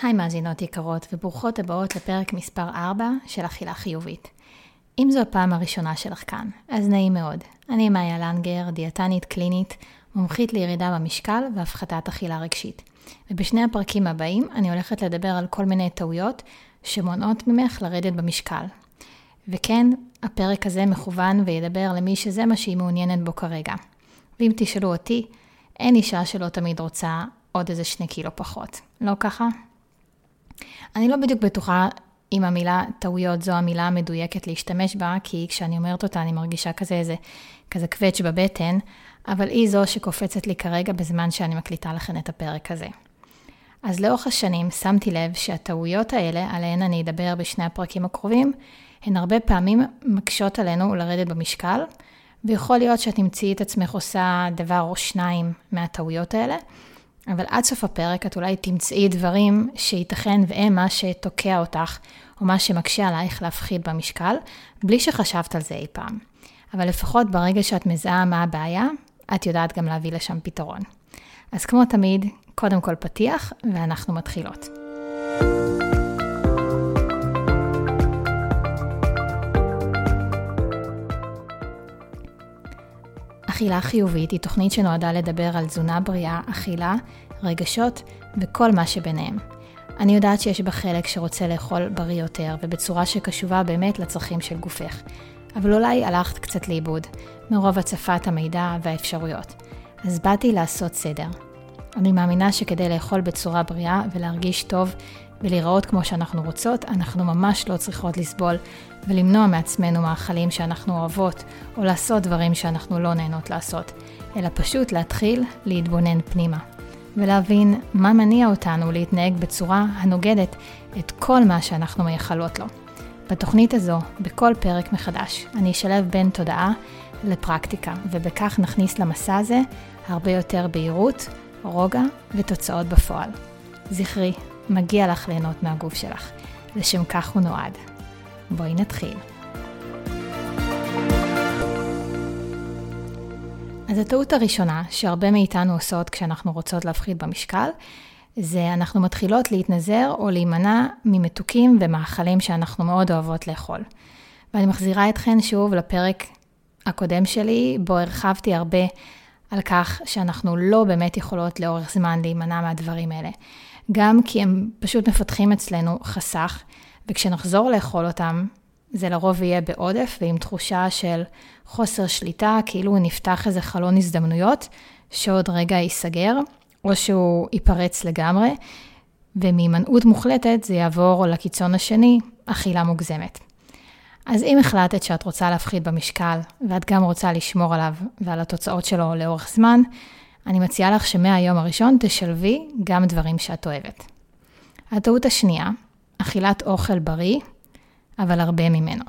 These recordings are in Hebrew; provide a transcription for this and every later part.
היי מאזינות יקרות וברוכות הבאות לפרק מספר 4 של אכילה חיובית. אם זו הפעם הראשונה שלך כאן, אז נעים מאוד. אני מאיה לנגר, דיאטנית קלינית, מומחית לירידה במשקל והפחתת אכילה רגשית. ובשני הפרקים הבאים אני הולכת לדבר על כל מיני טעויות שמונעות ממך לרדת במשקל. וכן, הפרק הזה מכוון וידבר למי שזה מה שהיא מעוניינת בו כרגע. ואם תשאלו אותי, אין אישה שלא תמיד רוצה עוד איזה 2 קילו פחות. לא ככה? אני לא בדיוק בטוחה אם המילה טעויות זו המילה המדויקת להשתמש בה, כי כשאני אומרת אותה אני מרגישה כזה קווץ' בבטן, אבל היא זו שקופצת לי כרגע בזמן שאני מקליטה לכן את הפרק הזה. אז לאורך השנים שמתי לב שהטעויות האלה, עליהן אני אדבר בשני הפרקים הקרובים, הן הרבה פעמים מקשות עלינו לרדת במשקל, ויכול להיות שאת תמצאי את עצמך עושה דבר או 2 מהטעויות האלה, אבל עד סוף הפרק את אולי תמצאי דברים שייתכן והם מה שתוקע אותך, או מה שמקשה עלייך להפחית במשקל, בלי שחשבת על זה אי פעם. אבל לפחות ברגע שאת מזהה מה הבעיה, את יודעת גם להביא לשם פתרון. אז כמו תמיד, קודם כל פתיח, ואנחנו מתחילות. אכילה חיובית היא תוכנית שנועדה לדבר על תזונה בריאה, אכילה, רגשות וכל מה שביניהם. אני יודעת שיש בה חלק שרוצה לאכול בריא יותר ובצורה שקשובה באמת לצרכים של גופך. אבל אולי הלכת קצת לאיבוד, מרוב הצפת המידע והאפשרויות. אז באתי לעשות סדר. אני מאמינה שכדי לאכול בצורה בריאה ולהרגיש טוב ולהיראות כמו שאנחנו רוצות, אנחנו ממש לא צריכות לסבול ולמנוע מעצמנו מאכלים שאנחנו אוהבות, או לעשות דברים שאנחנו לא נהנות לעשות, אלא פשוט להתחיל להתבונן פנימה, ולהבין מה מניע אותנו להתנהג בצורה הנוגדת את כל מה שאנחנו מייחלות לו. בתוכנית הזו, בכל פרק מחדש, אני אשלב בין תודעה לפרקטיקה, ובכך נכניס למסע הזה הרבה יותר בהירות, רוגע ותוצאות בפועל. זכרי, מגיע לך ליהנות מהגוף שלך, לשם כך הוא נועד. בואי נתחיל. אז הטעות הראשונה שהרבה מאיתנו עושות כשאנחנו רוצות להפחית במשקל, זה אנחנו מתחילות להתנזר או להימנע ממתוקים ומאכלים שאנחנו מאוד אוהבות לאכול. ואני מחזירה אתכן שוב לפרק הקודם שלי, בו הרחבתי הרבה על כך שאנחנו לא באמת יכולות לאורך זמן להימנע מהדברים האלה. גם כי הם פשוט מפתחים אצלנו חסך, וכשנחזור לאכול אותם, זה לרוב יהיה בעודף, ועם תחושה של חוסר שליטה, כאילו נפתח איזה חלון הזדמנויות, שעוד רגע ייסגר, או שהוא ייפרץ לגמרי, ומהימנעות מוחלטת זה יעבור לקיצון השני, אכילה מוגזמת. אז אם החלטת שאת רוצה להפחית במשקל, ואת גם רוצה לשמור עליו ועל התוצאות שלו לאורך זמן, אני מציעה לך שמהיום הראשון תשלבי גם דברים שאת אוהבת. הטעות השנייה, אכילת אוכל בריא, אבל הרבה ממנו.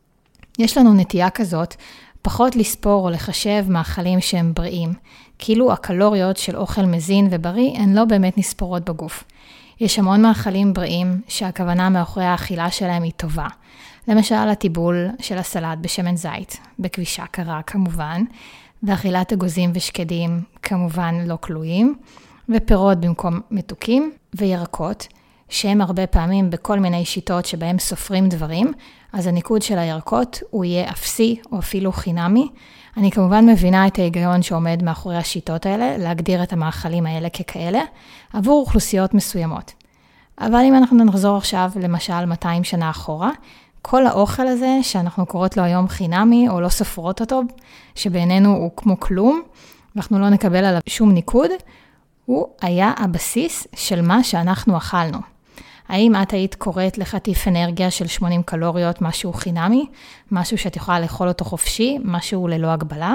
יש לנו נטייה כזאת, פחות לספור או לחשב מאכלים שהם בריאים, כאילו הקלוריות של אוכל מזין ובריא הן לא באמת נספורות בגוף. יש המון מאכלים בריאים שהכוונה מאחורי האכילה שלהם היא טובה. למשל הטיבול של הסלט בשמן זית, בכבישה קרה כמובן, ואכילת אגוזים ושקדים כמובן לא כלואים, ופירות במקום מתוקים וירקות, שהם הרבה פעמים בכל מיני שיטות שבהם סופרים דברים, אז הניקוד של הירקות הוא יהיה אפסי או אפילו חינמי. אני כמובן מבינה את ההיגיון שעומד מאחורי השיטות האלה, להגדיר את המאכלים האלה ככאלה, עבור אוכלוסיות מסוימות. אבל אם אנחנו נחזור עכשיו למשל 200 שנה אחורה, כל האוכל הזה שאנחנו קוראות לו היום חינמי או לא סופרות אותו, שבעינינו הוא כמו כלום, ואנחנו לא נקבל עליו שום ניקוד, הוא היה הבסיס של מה שאנחנו אכלנו. האם את היית קוראת לחטיף אנרגיה של 80 קלוריות משהו חינמי, משהו שאת יכולה לאכול אותו חופשי, משהו ללא הגבלה?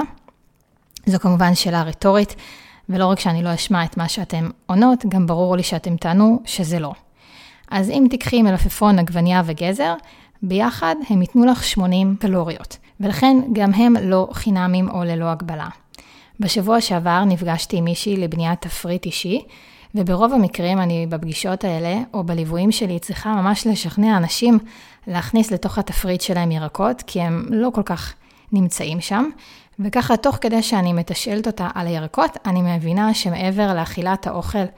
זו כמובן שאלה רטורית, ולא רק שאני לא אשמע את מה שאתם עונות, גם ברור לי שאתם טענו שזה לא. אז אם תיקחי מלפפון, עגבנייה וגזר, ביחד הם ייתנו לך 80 קלוריות, ולכן גם הם לא חינמים או ללא הגבלה. בשבוע שעבר נפגשתי עם מישהי לבניית תפריט אישי, וברוב המקרים אני בפגישות האלה, או בליוויים שלי, צריכה ממש לשכנע אנשים להכניס לתוך התפריט שלהם ירקות, כי הם לא כל כך נמצאים שם, וככה תוך כדי שאני מתשאלת אותה על הירקות, אני מבינה שמעבר לאכילת האוכל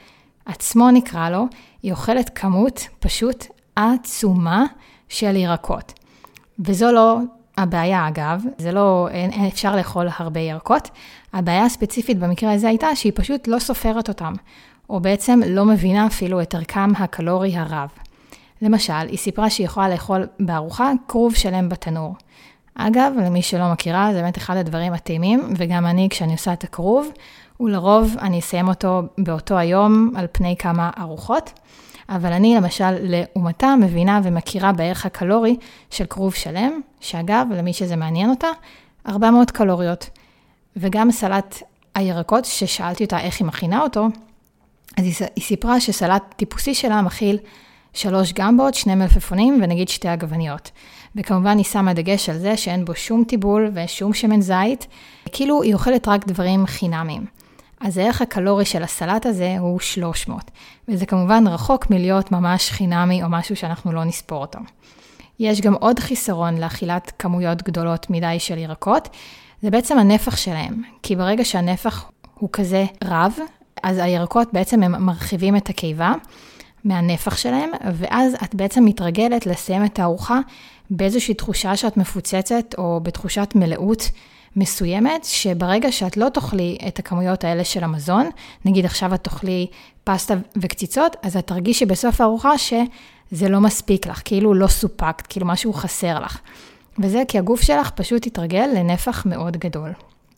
עצמו נקרא לו, היא אוכלת כמות פשוט עצומה של ירקות. וזו לא הבעיה אגב, זה לא, אין אפשר לאכול הרבה ירקות. הבעיה הספציפית במקרה הזה הייתה שהיא פשוט לא סופרת אותם, או בעצם לא מבינה אפילו את ערכם הקלורי הרב. למשל, היא סיפרה שהיא יכולה לאכול בארוחה כרוב שלם בתנור. אגב, למי שלא מכירה, זה באמת אחד הדברים הטעימים, וגם אני כשאני עושה את הכרוב, ולרוב אני אסיים אותו באותו היום על פני כמה ארוחות. אבל אני למשל לעומתה מבינה ומכירה בערך הקלורי של כרוב שלם, שאגב, למי שזה מעניין אותה, 400 קלוריות. וגם סלט הירקות, ששאלתי אותה איך היא מכינה אותו, אז היא סיפרה שסלט טיפוסי שלה מכיל 3 גמבות, 2 מלפפונים ונגיד 2 עגבניות. וכמובן היא שמה דגש על זה שאין בו שום טיבול ושום שמן זית, כאילו היא אוכלת רק דברים חינמיים. אז הערך הקלורי של הסלט הזה הוא 300, וזה כמובן רחוק מלהיות ממש חינמי או משהו שאנחנו לא נספור אותו. יש גם עוד חיסרון לאכילת כמויות גדולות מדי של ירקות, זה בעצם הנפח שלהם, כי ברגע שהנפח הוא כזה רב, אז הירקות בעצם הם מרחיבים את הקיבה מהנפח שלהם, ואז את בעצם מתרגלת לסיים את הארוחה באיזושהי תחושה שאת מפוצצת או בתחושת מלאות מסוימת, שברגע שאת לא תאכלי את הכמויות האלה של המזון, נגיד עכשיו את תאכלי פסטה וקציצות, אז את תרגישי בסוף הארוחה שזה לא מספיק לך, כאילו לא סופקת, כאילו משהו חסר לך. וזה כי הגוף שלך פשוט יתרגל לנפח מאוד גדול.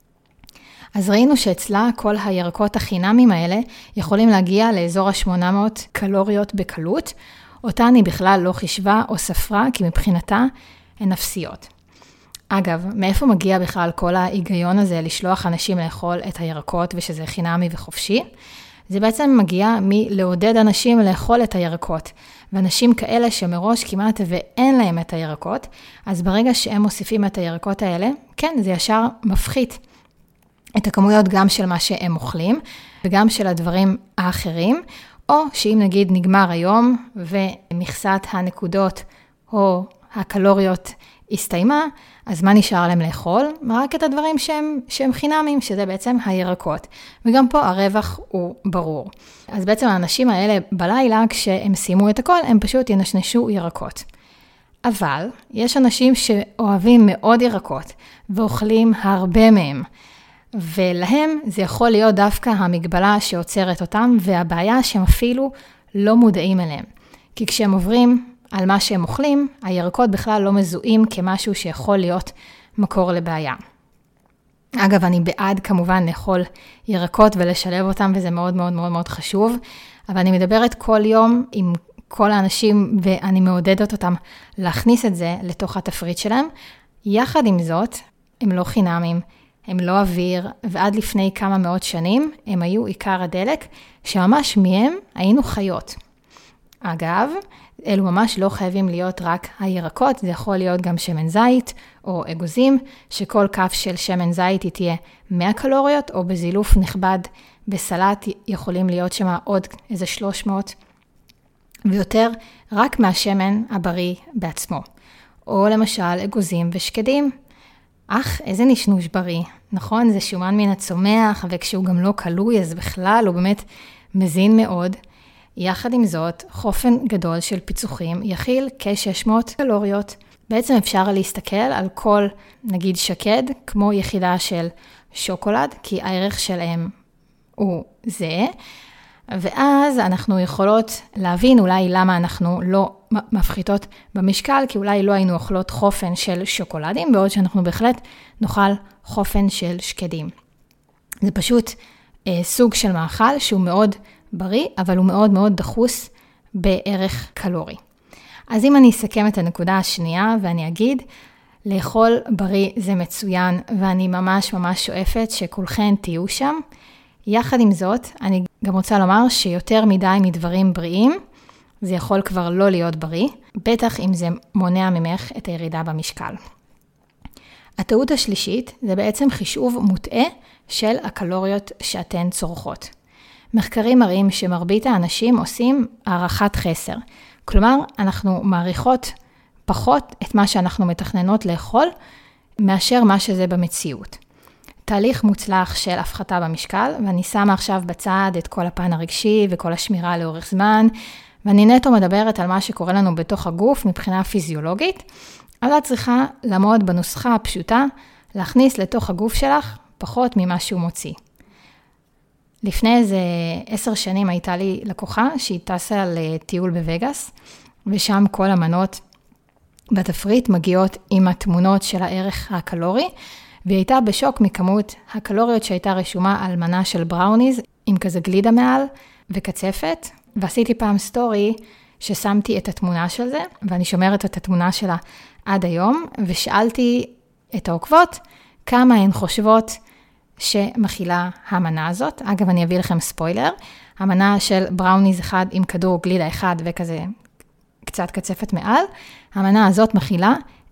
אז ראינו שאצלה כל הירקות החינמים האלה יכולים להגיע לאזור ה-800 קלוריות בקלות, אותן היא בכלל לא חישבה או ספרה, כי מבחינתה הן אפסיות. אגב, מאיפה מגיע בכלל כל ההיגיון הזה לשלוח אנשים לאכול את הירקות ושזה חינמי וחופשי? זה בעצם מגיע מלעודד אנשים לאכול את הירקות. ואנשים כאלה שמראש כמעט ואין להם את הירקות, אז ברגע שהם מוסיפים את הירקות האלה, כן, זה ישר מפחית את הכמויות גם של מה שהם אוכלים, וגם של הדברים האחרים, או שאם נגיד נגמר היום, ומכסת הנקודות או הקלוריות הסתיימה, אז מה נשאר להם לאכול? רק את הדברים שהם חינמים, שזה בעצם הירקות. וגם פה הרווח הוא ברור. אז בעצם האנשים האלה בלילה, כשהם סיימו את הכל, הם פשוט ינשנשו ירקות. אבל יש אנשים שאוהבים מאוד ירקות, ואוכלים הרבה מהם. ולהם זה יכול להיות דווקא המגבלה שעוצרת אותם, והבעיה שהם אפילו לא מודעים אליהם. כי כשהם עוברים על מה שהם אוכלים, הירקות בכלל לא מזוהים כמשהו שיכול להיות מקור לבעיה. אגב, אני בעד כמובן לאכול ירקות ולשלב אותם, וזה מאוד מאוד מאוד מאוד חשוב, אבל אני מדברת כל יום עם כל האנשים, ואני מעודדת אותם להכניס את זה לתוך התפריט שלהם. יחד עם זאת, הם לא חינמים, הם לא אוויר, ועד לפני כמה מאות שנים, הם היו עיקר הדלק, שממש מהם היינו חיות. אגב, אלו ממש לא חייבים להיות רק הירקות, זה יכול להיות גם שמן זית או אגוזים, שכל כף של שמן זית היא תהיה 100 קלוריות, או בזילוף נכבד בסלט יכולים להיות שם עוד איזה 300, ויותר רק מהשמן הבריא בעצמו. או למשל אגוזים ושקדים. איזה נשנוש בריא, נכון? זה שומן מן הצומח, וכשהוא גם לא קלוי, אז בכלל הוא באמת מזין מאוד. יחד עם זאת, חופן גדול של פיצוחים יכיל כ-600 קלוריות. בעצם אפשר להסתכל על כל, נגיד שקד, כמו יחידה של שוקולד, כי הערך שלהם הוא זה, ואז אנחנו יכולות להבין אולי למה אנחנו לא מפחיתות במשקל, כי אולי לא היינו אוכלות חופן של שוקולדים, בעוד שאנחנו בהחלט נאכל חופן של שקדים. זה פשוט סוג של מאכל שהוא מאוד בריא, אבל הוא מאוד מאוד דחוס בערך קלורי. אז אם אני אסכם את הנקודה השנייה, ואני אגיד, לאכול בריא זה מצוין, ואני ממש ממש שואפת שכולכן תהיו שם. יחד עם זאת, אני גם רוצה לומר שיותר מדי מדברים בריאים, זה יכול כבר לא להיות בריא, בטח אם זה מונע ממך את הירידה במשקל. הטעות השלישית זה בעצם חישוב מוטעה של הקלוריות שאתן צורכות. מחקרים מראים שמרבית האנשים עושים הערכת חסר. כלומר, אנחנו מעריכות פחות את מה שאנחנו מתכננות לאכול, מאשר מה שזה במציאות. תהליך מוצלח של הפחתה במשקל, ואני שמה עכשיו בצד את כל הפן הרגשי וכל השמירה לאורך זמן, ואני נטו מדברת על מה שקורה לנו בתוך הגוף מבחינה פיזיולוגית, אז את צריכה לעמוד בנוסחה הפשוטה, להכניס לתוך הגוף שלך פחות ממה שהוא מוציא. לפני איזה 10 שנים הייתה לי לקוחה שהיא טסה על טיול בווגאס, ושם כל המנות בתפריט מגיעות עם התמונות של הערך הקלורי, והיא הייתה בשוק מכמות הקלוריות שהייתה רשומה על מנה של בראוניז, עם כזה גלידה מעל וקצפת, ועשיתי פעם סטורי ששמתי את התמונה של זה, ואני שומרת את התמונה שלה עד היום, ושאלתי את העוקבות כמה הן חושבות שמכילה המנה הזאת. אגב, אני אביא לכם ספוילר, המנה של בראוניז אחד עם כדור גלידה אחד וכזה קצת קצפת מעל, המנה הזאת מכילה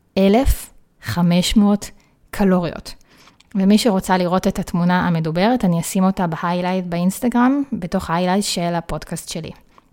1,500 קלוריות. ומי שרוצה לראות את התמונה המדוברת, אני אשים אותה בהיילייט באינסטגרם, בתוך ההיילייט של הפודקאסט שלי.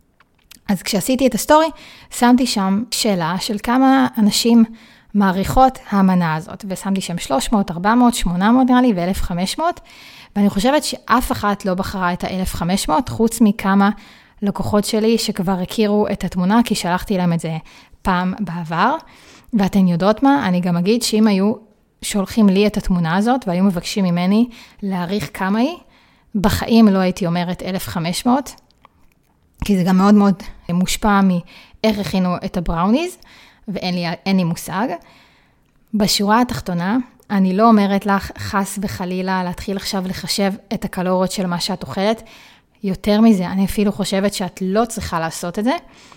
אז כשעשיתי את הסטורי, שמתי שם שאלה של כמה אנשים מעריכות המנה הזאת, ושמתי שם 300, 400, 800 נראה לי, ו-1,500, ואני חושבת שאף אחת לא בחרה את ה-1,500, חוץ מכמה לקוחות שלי שכבר הכירו את התמונה, כי שלחתי להם את זה פעם בעבר, ואתן יודעות מה, אני גם אגיד שאם היו שולחים לי את התמונה הזאת, והיו מבקשים ממני להעריך כמה היא, בחיים לא הייתי אומרת 1,500, כי זה גם מאוד מאוד מושפע מאיך הכינו את הבראוניז, ואין לי מושג. בשורה התחתונה, אני לא אומרת לך חס וחלילה להתחיל עכשיו לחשב את הקלוריות של מה שאת אוכלת. יותר מזה, אני אפילו חושבת שאת לא צריכה לעשות את זה,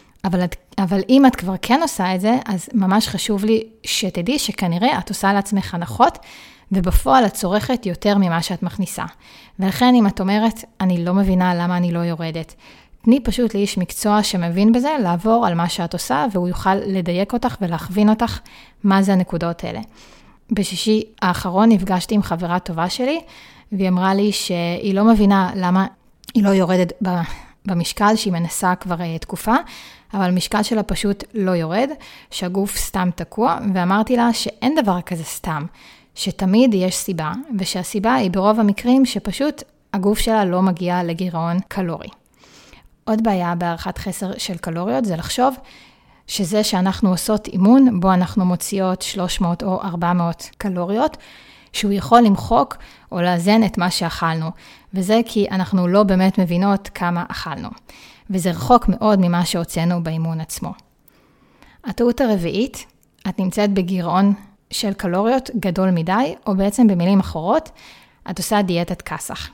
אבל אם את כבר כן עושה את זה, אז ממש חשוב לי שתדעי שכנראה את עושה לעצמך הנחות, ובפועל את צורכת יותר ממה שאת מכניסה. ולכן אם את אומרת, אני לא מבינה למה אני לא יורדת, תני פשוט לאיש מקצוע שמבין בזה, לעבור על מה שאת עושה, והוא יוכל לדייק אותך ולהכווין אותך מה זה הנקודות האלה. בשישי האחרון נפגשתי עם חברה טובה שלי, והיא אמרה לי שהיא לא מבינה למה היא לא יורדת במשקל, שהיא מנסה כבר תקופה, אבל המשקל שלה פשוט לא יורד, שהגוף סתם תקוע, ואמרתי לה שאין דבר כזה סתם, שתמיד יש סיבה, ושהסיבה היא ברוב המקרים שפשוט הגוף שלה לא מגיע לגירעון קלורי. עוד בעיה בהערכת חסר של קלוריות זה לחשוב שזה שאנחנו עושות אימון, בו אנחנו מוציאות 300 או 400 קלוריות, שהוא יכול למחוק או לאזן את מה שאכלנו, וזה כי אנחנו לא באמת מבינות כמה אכלנו, וזה רחוק מאוד ממה שהוצאנו באימון עצמו. הטעות הרביעית, את נמצאת בגירעון של קלוריות גדול מדי, או בעצם במילים אחרות, את עושה דיאטת כסח.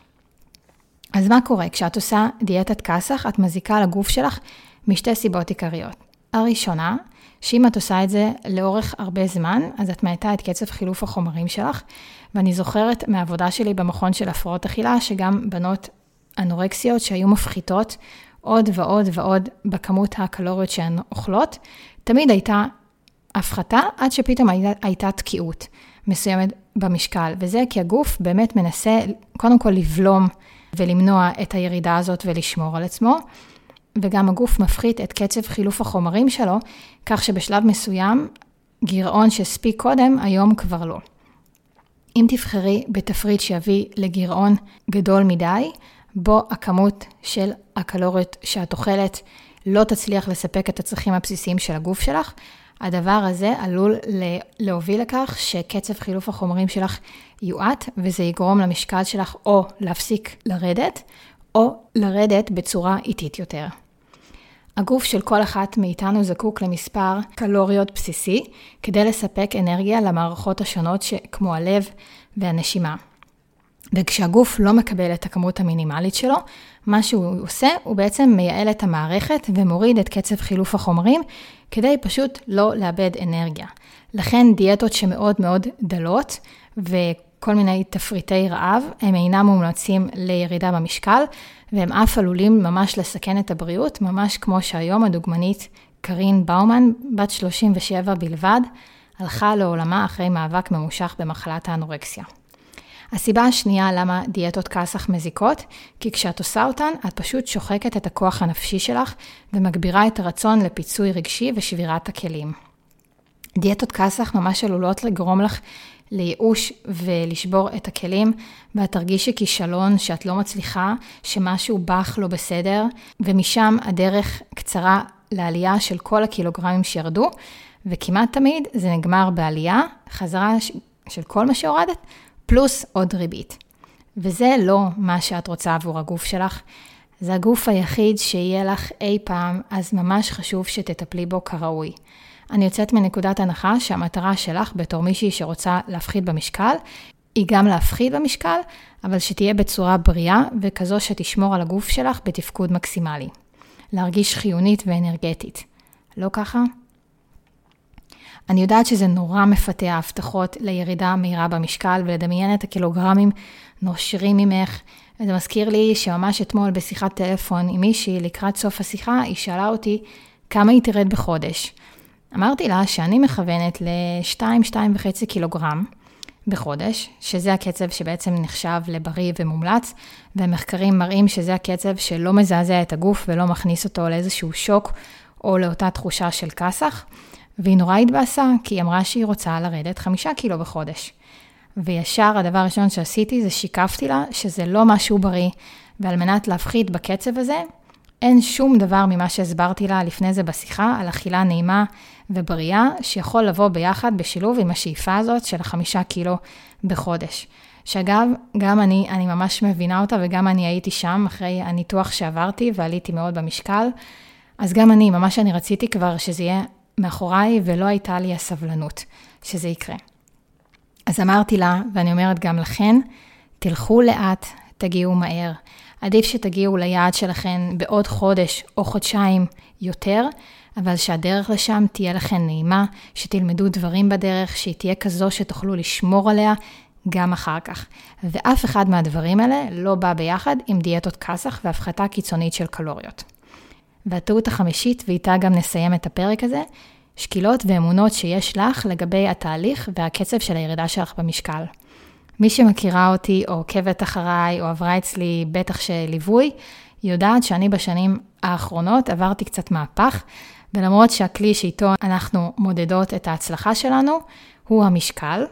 אז מה קורה? כשאת עושה דיאטת כסח, את מזיקה לגוף שלך משתי סיבות עיקריות. הראשונה, שאם את עושה את זה לאורך הרבה זמן, אז את מעטה את קצב חילוף החומרים שלך, ואני זוכרת מהעבודה שלי במכון של הפרעות אכילה, שגם בנות אנורקסיות שהיו מפחיתות עוד ועוד ועוד בכמות הקלוריות שהן אוכלות, תמיד הייתה הפחתה, עד שפתאום הייתה תקיעות מסוימת במשקל, וזה כי הגוף באמת מנסה קודם כל לבלום ולמנוע את הירידה הזאת ולשמור על עצמו, וגם הגוף מפחית את קצב חילוף החומרים שלו, כך שבשלב מסוים, גירעון שספיק קודם, היום כבר לא. אם תבחרי בתפריט שיביא לגירעון גדול מדי, בו הכמות של הקלוריות שאת אוכלת לא תצליח לספק את הצרכים הבסיסיים של הגוף שלך, הדבר הזה עלול להוביל לכך שקצב חילוף החומרים שלך יועט, וזה יגרום למשקל שלך או להפסיק לרדת, או לרדת בצורה איטית יותר. הגוף של כל אחת מאיתנו זקוק למספר קלוריות בסיסי, כדי לספק אנרגיה למערכות השונות כמו הלב והנשימה. וכשהגוף לא מקבל את הכמות המינימלית שלו, מה שהוא עושה הוא בעצם מייעל את המערכת ומוריד את קצב חילוף החומרים, כדי פשוט לא לאבד אנרגיה. לכן דיאטות שמאוד מאוד דלות וכל מיני תפריטי רעב, הם אינם מומלצים לירידה במשקל, והם אף עלולים ממש לסכן את הבריאות, ממש כמו שהיום הדוגמנית קרין באומן, בת 37 בלבד, הלכה לעולמה אחרי מאבק ממושך במחלת האנורקסיה. הסיבה השנייה למה דיאטות כסח מזיקות, כי כשאת עושה אותן, את פשוט שוחקת את הכוח הנפשי שלך, ומגבירה את הרצון לפיצוי רגשי ושבירת הכלים. דיאטות כסח ממש עלולות לגרום לך לייאוש ולשבור את הכלים, ואת תרגישי כישלון שאת לא מצליחה, שמשהו בך לא בסדר, ומשם הדרך קצרה לעלייה של כל הקילוגרמים שירדו, וכמעט תמיד זה נגמר בעלייה, חזרה של כל מה שהורדת, פלוס עוד ריבית. וזה לא מה שאת רוצה עבור הגוף שלך, זה הגוף היחיד שיהיה לך אי פעם, אז ממש חשוב שתטפלי בו כראוי. אני יוצאת מנקודת הנחה שהמטרה שלך בתור מישהי שרוצה להפחית במשקל, היא גם להפחית במשקל, אבל שתהיה בצורה בריאה וכזו שתשמור על הגוף שלך בתפקוד מקסימלי. להרגיש חיונית ואנרגטית. לא ככה? אני יודעת שזה נורא מפתה ההבטחות לירידה מהירה במשקל ולדמיין את הקילוגרמים נושרים ממך. זה מזכיר לי שממש אתמול בשיחת טלפון עם מישהי לקראת סוף השיחה, היא שאלה אותי כמה היא תרד בחודש. אמרתי לה שאני מכוונת ל-2.5 קילוגרם בחודש, שזה הקצב שבעצם נחשב לבריא ומומלץ, והמחקרים מראים שזה הקצב שלא מזעזע את הגוף ולא מכניס אותו לאיזשהו שוק או לאותה תחושה של כסח, והיא נורא התבאסה כי היא אמרה שהיא רוצה לרדת 5 קילו בחודש. וישר הדבר הראשון שעשיתי זה שיקפתי לה שזה לא משהו בריא, ועל מנת להפחית בקצב הזה, אין שום דבר ממה שהסברתי לה לפני זה בשיחה על אכילה נעימה ובריאה, שיכול לבוא ביחד בשילוב עם השאיפה הזאת של 5 קילו בחודש. שאגב, גם אני ממש מבינה אותה, וגם אני הייתי שם אחרי הניתוח שעברתי ועליתי מאוד במשקל, אז גם אני רציתי כבר שזה יהיה מאחוריי, ולא הייתה לי הסבלנות שזה יקרה. אז אמרתי לה, ואני אומרת גם לכן, תלכו לאט, תגיעו מהר. עדיף שתגיעו ליעד שלכן בעוד חודש או חודשיים יותר, אבל שהדרך לשם תהיה לכן נעימה, שתלמדו דברים בדרך, שהיא תהיה כזו שתוכלו לשמור עליה גם אחר כך. ואף אחד מהדברים האלה לא בא ביחד עם דיאטות כסח והפחתה קיצונית של קלוריות. והטעות החמישית, ואיתה גם נסיים את הפרק הזה, שקילות ואמונות שיש לך לגבי התהליך והקצב של הירידה שלך במשקל. מי שמכירה אותי או עוקבת אחריי או עברה אצלי בטח שליווי, יודעת שאני בשנים האחרונות עברתי קצת מהפך, ולמרות שהכלי שאיתו אנחנו מודדות את ההצלחה שלנו הוא המשקל,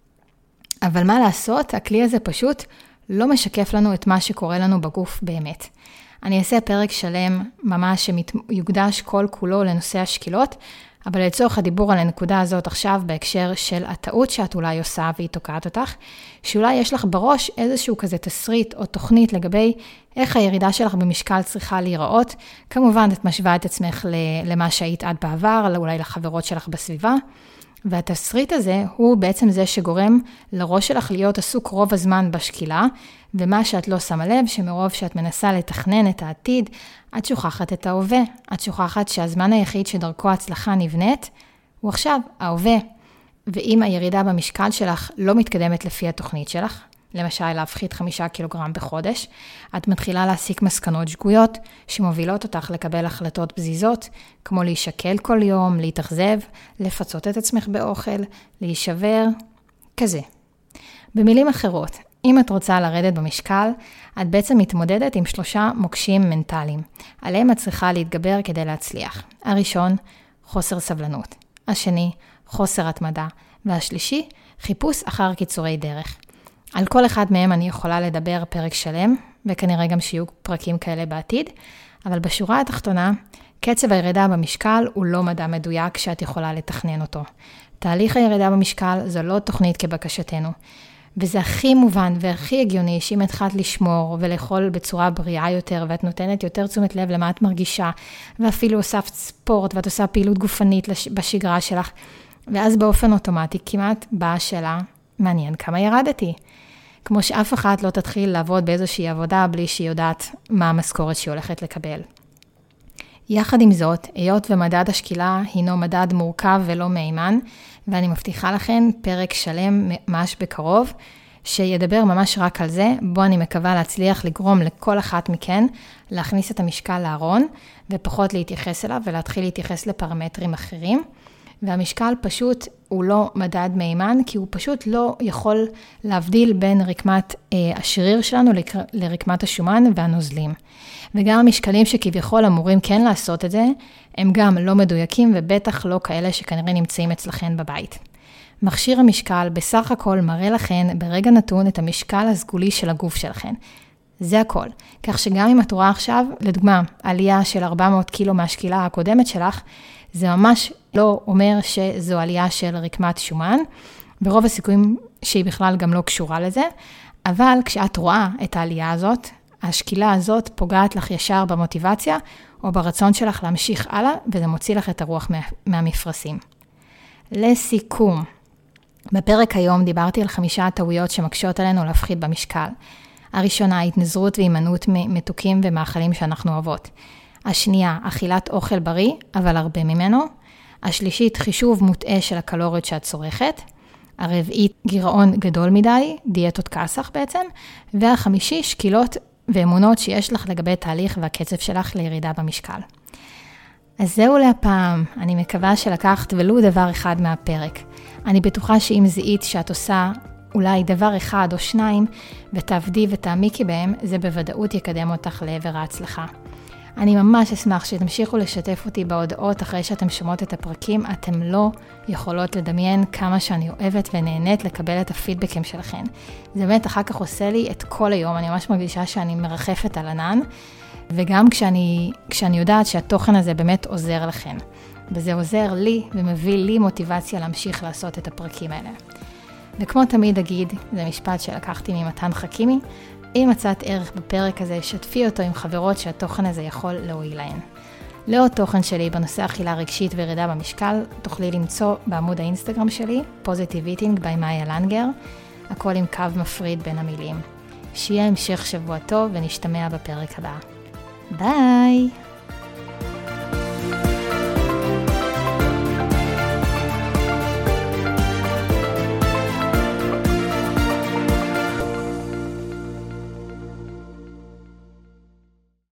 אבל מה לעשות, הכלי הזה פשוט לא משקף לנו את מה שקורה לנו בגוף באמת. אני אעשה פרק שלם ממש שיוקדש כל כולו לנושא השקילות, אבל לצורך הדיבור על הנקודה הזאת עכשיו בהקשר של הטעות שאת אולי עושה והיא תוקעת אותך, שאולי יש לך בראש איזשהו כזה תסריט או תוכנית לגבי איך הירידה שלך במשקל צריכה להיראות. כמובן את משווה את עצמך למה שהיית עד בעבר, אולי לחברות שלך בסביבה, והתסריט הזה הוא בעצם זה שגורם לראש שלך להיות עסוק רוב הזמן בשקילה, ומה שאת לא שמה לב, שמרוב שאת מנסה לתכנן את העתיד, את שוכחת את ההווה. את שוכחת שהזמן היחיד שדרכו ההצלחה נבנית, הוא עכשיו ההווה. ואם הירידה במשקל שלך לא מתקדמת לפי התוכנית שלך, למשל להפחית 5 קילוגרם בחודש, את מתחילה להסיק מסקנות שגויות שמובילות אותך לקבל החלטות פזיזות, כמו להישקל כל יום, להתאכזב, לפצות את עצמך באוכל, להישבר, כזה. במילים אחרות, אם את רוצה לרדת במשקל, את בעצם מתמודדת עם 3 מוקשים מנטליים, עליהם את צריכה להתגבר כדי להצליח. הראשון, חוסר סבלנות. השני, חוסר התמדה. והשלישי, חיפוש אחר קיצורי דרך. על כל אחד מהם אני יכולה לדבר פרק שלם, וכנראה גם שיהיו פרקים כאלה בעתיד, אבל בשורה התחתונה, קצב הירידה במשקל הוא לא מדע מדויק שאת יכולה לתכנן אותו. תהליך הירידה במשקל זו לא תוכנית כבקשתנו, וזה הכי מובן והכי הגיוני שאם התחלת לשמור ולאכול בצורה בריאה יותר, ואת נותנת יותר תשומת לב למה את מרגישה, ואפילו הוספת ספורט ואת עושה פעילות גופנית בשגרה שלך, ואז באופן אוטומטי כמעט באה השאלה, מעניין כמה ירדתי. כמו שאף אחת לא תתחיל לעבוד באיזושהי עבודה בלי שהיא יודעת מה המשכורת שהיא הולכת לקבל. יחד עם זאת, היות ומדד השקילה הינו מדד מורכב ולא מהימן, ואני מבטיחה לכם פרק שלם ממש בקרוב, שידבר ממש רק על זה, בו אני מקווה להצליח לגרום לכל אחת מכן להכניס את המשקל לארון, ופחות להתייחס אליו ולהתחיל להתייחס לפרמטרים אחרים. והמשקל פשוט הוא לא מדד מהימן, כי הוא פשוט לא יכול להבדיל בין רקמת השריר שלנו לרקמת השומן והנוזלים. וגם המשקלים שכביכול אמורים כן לעשות את זה, הם גם לא מדויקים ובטח לא כאלה שכנראה נמצאים אצלכם בבית. מכשיר המשקל בסך הכל מראה לכן ברגע נתון את המשקל הסגולי של הגוף שלכן. זה הכל. כך שגם אם את רואה עכשיו, לדוגמה, עלייה של 400 קילו מהשקילה הקודמת שלך, זה ממש לא אומר שזו עלייה של רקמת שומן, ברוב הסיכויים שהיא בכלל גם לא קשורה לזה, אבל כשאת רואה את העלייה הזאת, השקילה הזאת פוגעת לך ישר במוטיבציה, או ברצון שלך להמשיך הלאה, וזה מוציא לך את הרוח מהמפרשים. לסיכום, בפרק היום דיברתי על 5 טעויות שמקשות עלינו להפחית במשקל. הראשונה, התנזרות והימנעות מתוקים ומאכלים שאנחנו אוהבות. השנייה, אכילת אוכל בריא, אבל הרבה ממנו. השלישית, חישוב מוטעה של הקלוריות שאת צורכת. הרביעית, גירעון גדול מדי, דיאטות כסח בעצם. והחמישי, שקילות ואמונות שיש לך לגבי תהליך והקצב שלך לירידה במשקל. אז זהו להפעם, אני מקווה שלקחת ולו דבר אחד מהפרק. אני בטוחה שאם זיהית שאת עושה אולי דבר אחד או 2 ותעבדי ותעמיקי בהם, זה בוודאות יקדם אותך לעבר ההצלחה. אני ממש אשמח שתמשיכו לשתף אותי בהודעות אחרי שאתם שומעות את הפרקים. אתם לא יכולות לדמיין כמה שאני אוהבת ונהנית לקבל את הפידבקים שלכם. זה באמת אחר כך עושה לי את כל היום, אני ממש מרגישה שאני מרחפת על ענן, וגם כשאני יודעת שהתוכן הזה באמת עוזר לכם. וזה עוזר לי ומביא לי מוטיבציה להמשיך לעשות את הפרקים האלה. וכמו תמיד אגיד, זה משפט שלקחתי ממתן חכימי, אם מצאת ערך בפרק הזה, שתפי אותו עם חברות שהתוכן הזה יכול להועיל להן. לעוד תוכן שלי בנושא אכילה רגשית וירידה במשקל, תוכלי למצוא בעמוד האינסטגרם שלי, Positive Eating by מאיה לנגר, הכל עם קו מפריד בין המילים. שיהיה המשך שבוע טוב ונשתמע בפרק הבא. ביי!